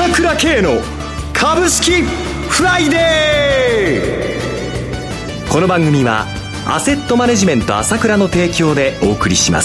朝倉慶の株式フライデー。この番組はアセットマネジメント朝倉の提供でお送りします。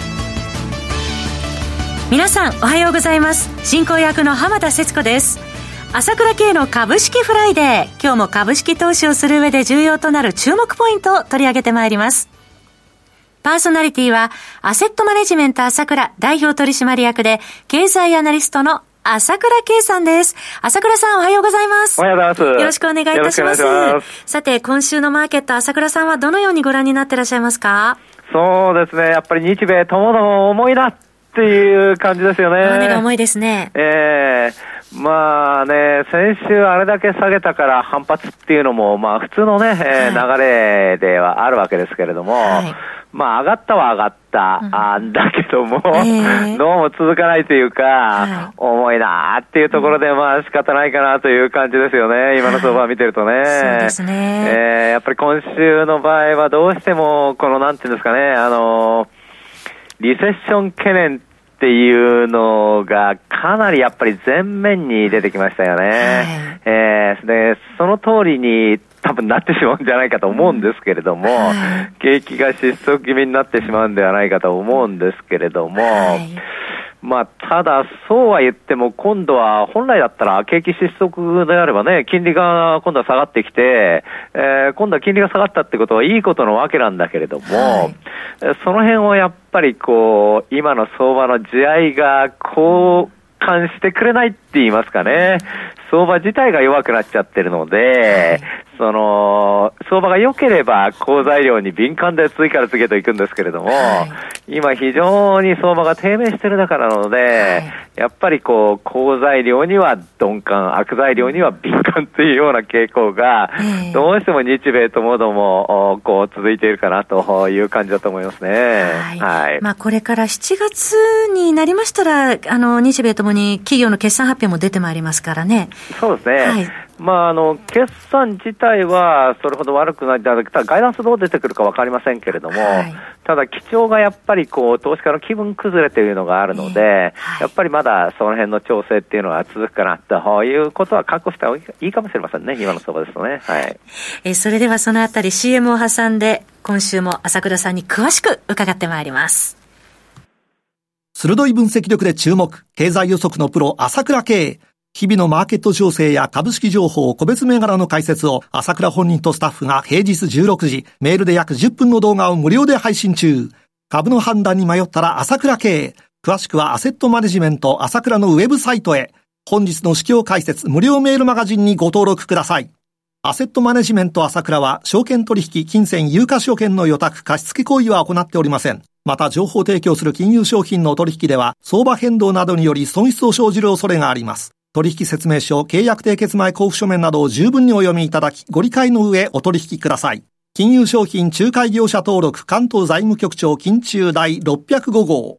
皆さんおはようございます。進行役の浜田節子です。朝倉慶の株式フライデー、今日も株式投資をする上で重要となる注目ポイントを取り上げてまいります。パーソナリティはアセットマネジメント朝倉代表取締役で経済アナリストの朝倉慶さんです。朝倉さんおはようございます。 おはようございます。 よろしくお願いいたします。さて今週のマーケット、朝倉さんはどのようにご覧になってらっしゃいますか？ そうですね、やっぱり日米ともども重いなっていう感じですよね。 胸が重いですね。 まあね、先週あれだけ下げたから反発っていうのもまあ普通のね、流れではあるわけですけれども、まあ上がったは上がった、だけども、どうも続かないというか、重いなっていうところでまあ仕方ないかなという感じですよね、今の相場を見てるとね。 そうですね。 やっぱり今週の場合はどうしてもこのなんていうんですかね、リセッション懸念っていうのがかなりやっぱり前面に出てきましたよね。で、その通りに多分なってしまうんじゃないかと思うんですけれども、景気が失速気味になってしまうんではないかと思うんですけれども、まあ、ただ、そうは言っても、今度は、本来だったら、景気失速であればね、金利が今度は下がってきて、今度は金利が下がったってことはいいことのわけなんだけれども、その辺をやっぱりこう、今の相場の地合いが交換してくれないって言いますかね、相場自体が弱くなっちゃってるので、相場が良ければ好材料に敏感で次から次へと行くんですけれども、今非常に相場が低迷してる中なので、やっぱりこう好材料には鈍感、悪材料には敏感っていうような傾向が、どうしても日米ともどもこう続いているかなという感じだと思いますね。まあこれから7月になりましたら、日米ともに企業の決算発表も出てまいりますからね。 そうですね。まあ決算自体はそれほど悪くない。ただガイダンスどう出てくるか分かりませんけれども、ただ基調がやっぱりこう投資家の気分崩れというのがあるので、やっぱりまだその辺の調整っていうのは続くかなということは確保した方がいいかもしれませんね、今の相場ですとね。 それではそのあたり CM を挟んで今週も朝倉さんに詳しく伺ってまいります。 鋭い分析力で注目、経済予測のプロ朝倉慶。日々のマーケット情勢や株式情報、個別銘柄の解説を朝倉本人とスタッフが平日16時、メールで約10分の動画を無料で配信中。株の判断に迷ったら朝倉慶。詳しくはアセットマネジメント朝倉のウェブサイトへ。本日の市況解説無料メールマガジンにご登録ください。アセットマネジメント朝倉は証券取引、金銭、有価証券の予託、貸付行為は行っておりません。また情報提供する金融商品の取引では相場変動などにより損失を生じる恐れがあります。取引説明書、契約締結前交付書面などを十分にお読みいただき、ご理解の上お取引ください。金融商品仲介業者登録関東財務局長金中第605号。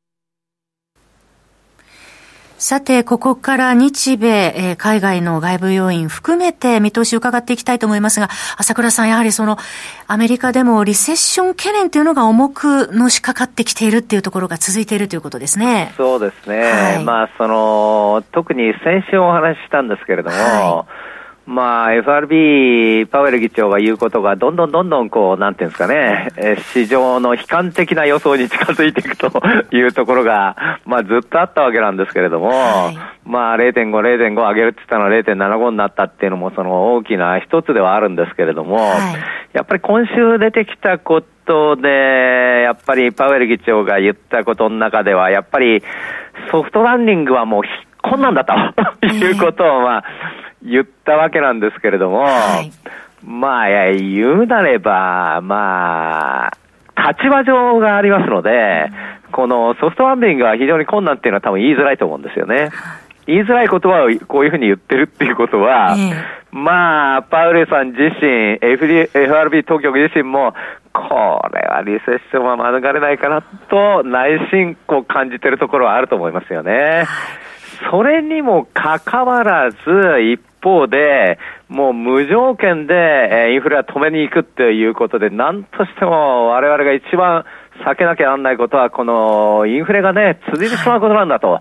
さて、ここから日米、海外の外部要因含めて見通しを伺っていきたいと思いますが、朝倉さん、やはりアメリカでもリセッション懸念というのが重くのしかかってきているっていうところが続いているということですね。 そうですね。まあ、特に先週お話ししたんですけれども、まあ、FRB パウエル議長が言うことがどんどんこう、なんていうんですかね、市場の悲観的な予想に近づいていくというところが、まあずっとあったわけなんですけれども、まあ 0.5 上げるって言ったのは 0.75 になったっていうのもその大きな一つではあるんですけれども、やっぱり今週出てきたことで、やっぱりパウエル議長が言ったことの中では、やっぱりソフトランディングはもう困難だということをまあ、言ったわけなんですけれども、まあ言うなればまあ立場上がありますので、このソフトランディングは非常に困難っていうのは多分言いづらいと思うんですよね。言いづらいことはこういうふうに言ってるっていうことは、まあパウエルさん自身 FRB 当局自身もこれはリセッションは免れないかなと内心こう感じてるところはあると思いますよね。それにもかかわらず一方でもう無条件でインフレは止めに行くっていうことで、何としても我々が一番避けなきゃならないことはこのインフレがね続いてしまうことなんだと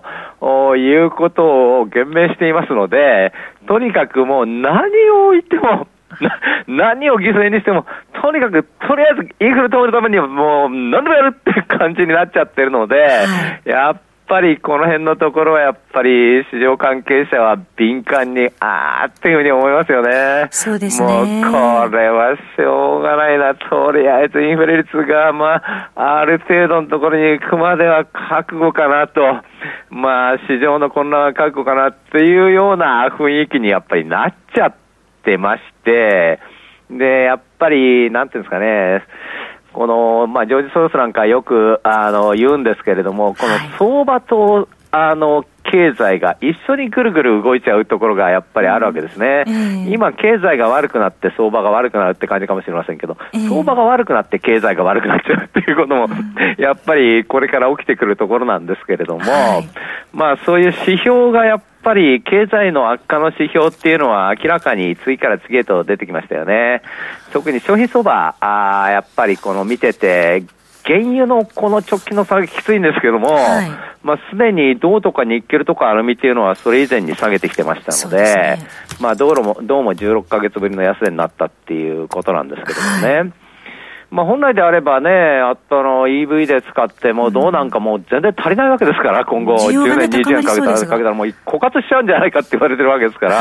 いうことを言明していますので、とにかくもう何を言っても何を犠牲にしても、とにかくとりあえずインフレ止めるためにはもう何でもやるっていう感じになっちゃってるので、やっぱりこの辺のところはやっぱり市場関係者は敏感にっていうふうに思いますよね。 そうですね。 もうこれはしょうがないな。とりあえずインフレ率がある程度のところに行くまでは覚悟かなと、市場の混乱は覚悟かなっていうような雰囲気にやっぱりなっちゃってまして、でやっぱりなんていうんですかね、このジョージ・ソロスなんかよく言うんですけれども、この相場と経済が一緒にぐるぐる動いちゃうところがやっぱりあるわけですね。今経済が悪くなって相場が悪くなるって感じかもしれませんけど、相場が悪くなって経済が悪くなっちゃうっていうこともやっぱりこれから起きてくるところなんですけれども、そういう指標がやっぱり経済の悪化の指標っていうのは明らかに次から次へと出てきましたよね。特に消費相場やっぱりこの見てて原油のこの直近の下げきついんですけども、すでに銅とかニッケルとかアルミっていうのはそれ以前に下げてきてましたので、銅も16ヶ月ぶりの安値になったっていうことなんですけどもね。本来であればね、EV で使っても銅なんかもう全然足りないわけですから、今後10年、20年かけたらもう枯渇しちゃうんじゃないかって言われてるわけですから、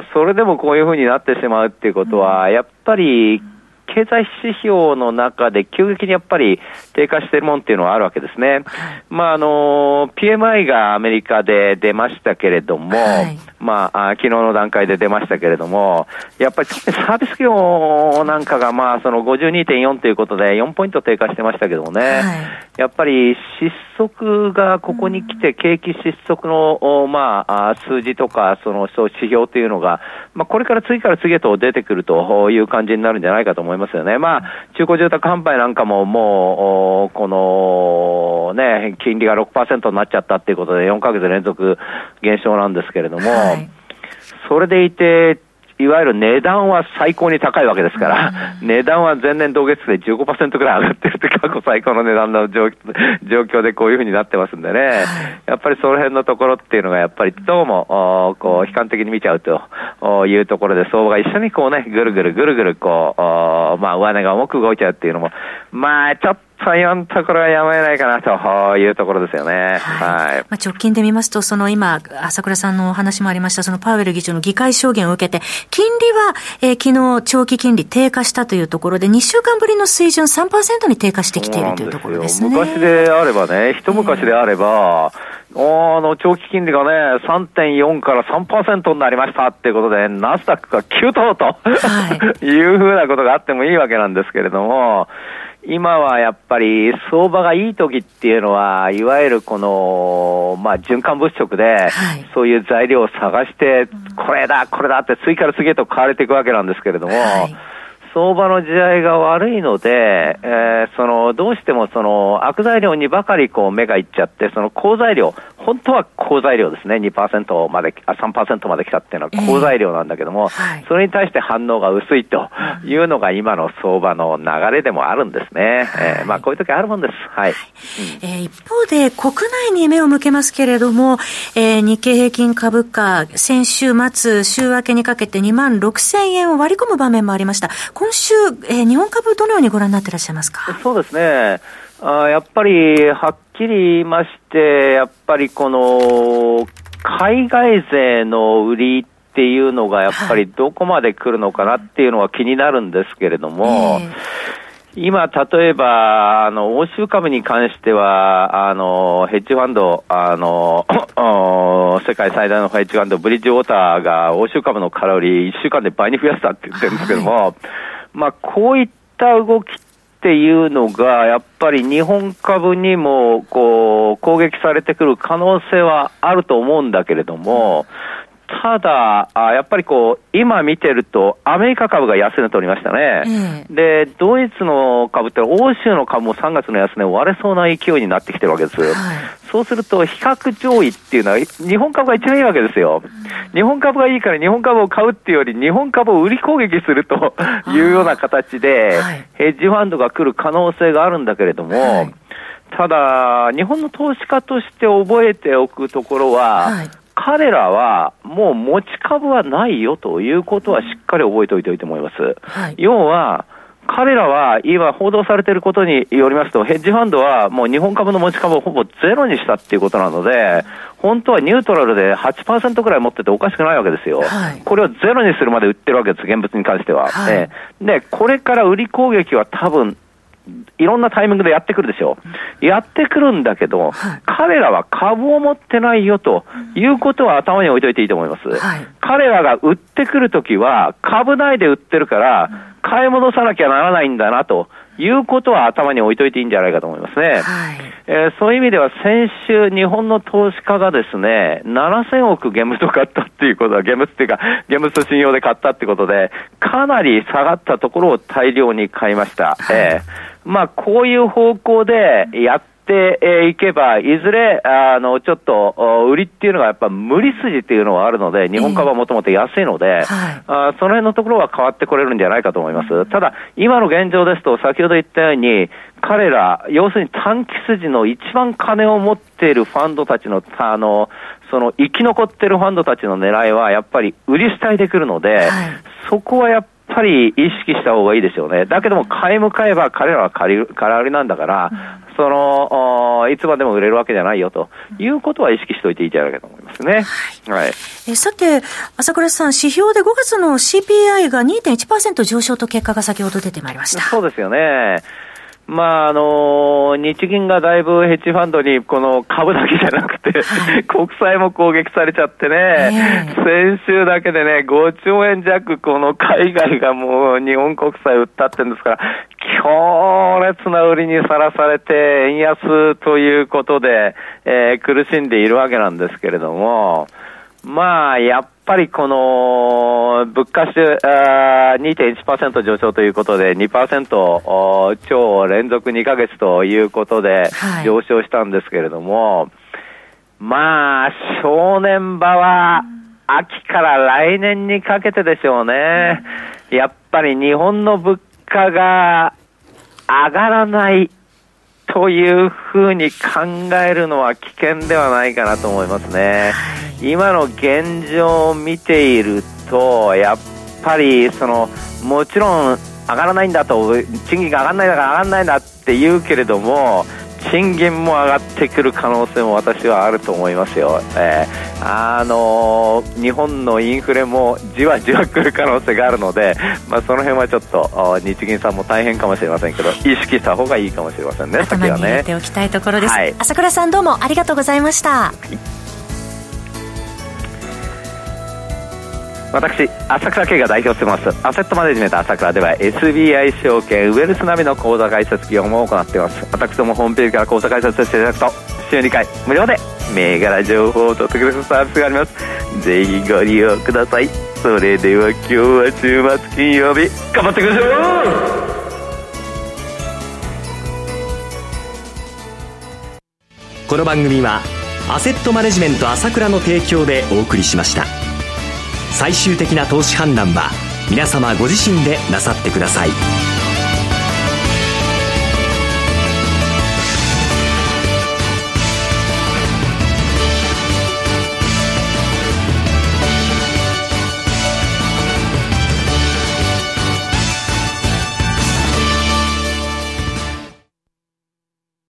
それでもこういう風になってしまうっていうことは、やっぱり経済指標の中で急激にやっぱり低下しているもんっていうのはあるわけですね。PMI がアメリカで出ましたけれども、昨日の段階で出ましたけれども、やっぱりサービス業なんかがその 52.4 ということで4ポイント低下してましたけどもね、やっぱり失速がここに来て景気失速の数字とかそう指標というのが、これから次から次へと出てくるという感じになるんじゃないかと思いますよね。中古住宅販売なんかももうこのね金利が 6% になっちゃったっていうことで4ヶ月連続減少なんですけれども、それでいていわゆる値段は最高に高いわけですから、値段は前年同月で 15% くらい上がってるって過去最高の値段の状況でこういう風になってますんでね、やっぱりその辺のところっていうのがやっぱりどうもこう悲観的に見ちゃうというところで、相場が一緒にこうねぐるぐるこう上値が重く動いちゃうっていうのもちょっと今のところはやむを得ないかなというところですよね。 直近で見ますと、今、朝倉さんのお話もありました、パウエル議長の議会証言を受けて、金利は、昨日、長期金利低下したというところで、2週間ぶりの水準 3% に低下してきているというところですね。 昔であればね、一昔であれば、長期金利がね、3.4 から 3% になりましたっていうことで、ナスダックが急騰と、いうふうなことがあってもいいわけなんですけれども、今はやっぱり相場がいい時っていうのは、いわゆるこの、循環物色で、そういう材料を探して、これだって次から次へと買われていくわけなんですけれども、相場の時代が悪いので、どうしても悪材料にばかりこう目がいっちゃって、好材料、本当は好材料ですね、2% まで、3% まで来たっていうのは好材料なんだけども、それに対して反応が薄いというのが今の相場の流れでもあるんですね。こういう時あるもんです。 一方で国内に目を向けますけれども、日経平均株価、先週末、週明けにかけて26,000円を割り込む場面もありました。今週、日本株どのようにご覧になっていらっしゃいますか？ そうですね。やっぱりはっきり言いまして、やっぱりこの海外勢の売りっていうのがやっぱりどこまで来るのかなっていうのは気になるんですけれども、今例えば欧州株に関してはヘッジファンド世界最大のヘッジファンドブリッジウォーターが欧州株の空売り1週間で倍に増やしたって言ってるんですけども、こういった動きっていうのがやっぱり日本株にもこう攻撃されてくる可能性はあると思うんだけれども、ただやっぱりこう今見てるとアメリカ株が安値取りましたね。でドイツの株って欧州の株も3月の安値を割れそうな勢いになってきてるわけです。そうすると比較上位っていうのは日本株が一番いいわけですよ。日本株がいいから日本株を買うっていうより日本株を売り攻撃するというような形でヘッジファンドが来る可能性があるんだけれども、 ただ、日本の投資家として覚えておくところは、はい、彼らはもう持ち株はないよということはしっかり覚えておいていいと思います。はい、要は、彼らは今報道されていることによりますと、ヘッジファンドはもう日本株の持ち株をほぼゼロにしたっていうことなので、本当はニュートラルで 8% くらい持ってておかしくないわけですよ。はい、これをゼロにするまで売ってるわけです、現物に関しては。はい、で、これから売り攻撃は多分、いろんなタイミングでやってくるでしょう。やってくるんだけど、はい、彼らは株を持ってないよということは頭に置いといていいと思います。はい、彼らが売ってくるときは株内で売ってるから買い戻さなきゃならないんだなということは頭に置いといていいんじゃないかと思いますね。はい、そういう意味では先週日本の投資家がですね、7000億現物を買ったっていうことは、現物っていうか現物信用で買ったってことで、かなり下がったところを大量に買いました。はい、まあこういう方向でやっていけば、いずれちょっと売りっていうのがやっぱ無理筋っていうのはあるので、日本株はもともと安いので、その辺のところは変わってこれるんじゃないかと思います。ただ今の現状ですと、先ほど言ったように彼ら、要するに短期筋の一番金を持っているファンドたちのその生き残っているファンドたちの狙いはやっぱり売り主体で来るので、そこはやっぱり意識した方がいいですよね。だけども買い向かえば彼らは空売りなんだから、いつまでも売れるわけじゃないよということは意識しておいていいんじゃないかと思いますね。はい。 さて、朝倉さん、指標で5月の CPI が 2.1% 上昇と結果が先ほど出てまいりました。 そうですよね。まあ日銀がだいぶヘッジファンドにこの株だけじゃなくて、はい、国債も攻撃されちゃってね、先週だけでね、5兆円弱この海外がもう日本国債売ったってんですから、強烈な売りにさらされて円安ということで、苦しんでいるわけなんですけれども、まあやっぱりこの物価2.1% 上昇ということで 2% 超連続2ヶ月ということで上昇したんですけれども、はい、まあ正念場は秋から来年にかけてでしょうね。やっぱり日本の物価が上がらないというふうに考えるのは危険ではないかなと思いますね。今の現状を見ていると、やっぱりもちろん上がらないんだと、賃金が上がらないんだから上がらないんだって言うけれども、賃金も上がってくる可能性も私はあると思いますよ。日本のインフレもじわじわ来る可能性があるので、まあ、その辺はちょっと日銀さんも大変かもしれませんけど、意識した方がいいかもしれませんね。 頭に入れておきたいところです。はい、朝倉さん、どうもありがとうございました。はい、 私、朝倉慶が代表していますアセットマネジメント朝倉では SBI 証券ウェルスナビの口座開設業務を行っています。私どもホームページから口座開設していただくと週2回無料で銘柄情報を届けるサービスがあります。ぜひご利用ください。それでは今日は週末金曜日、頑張っていきましょう。 この番組はアセットマネジメント朝倉の提供でお送りしました。最終的な投資判断は皆様ご自身でなさってください。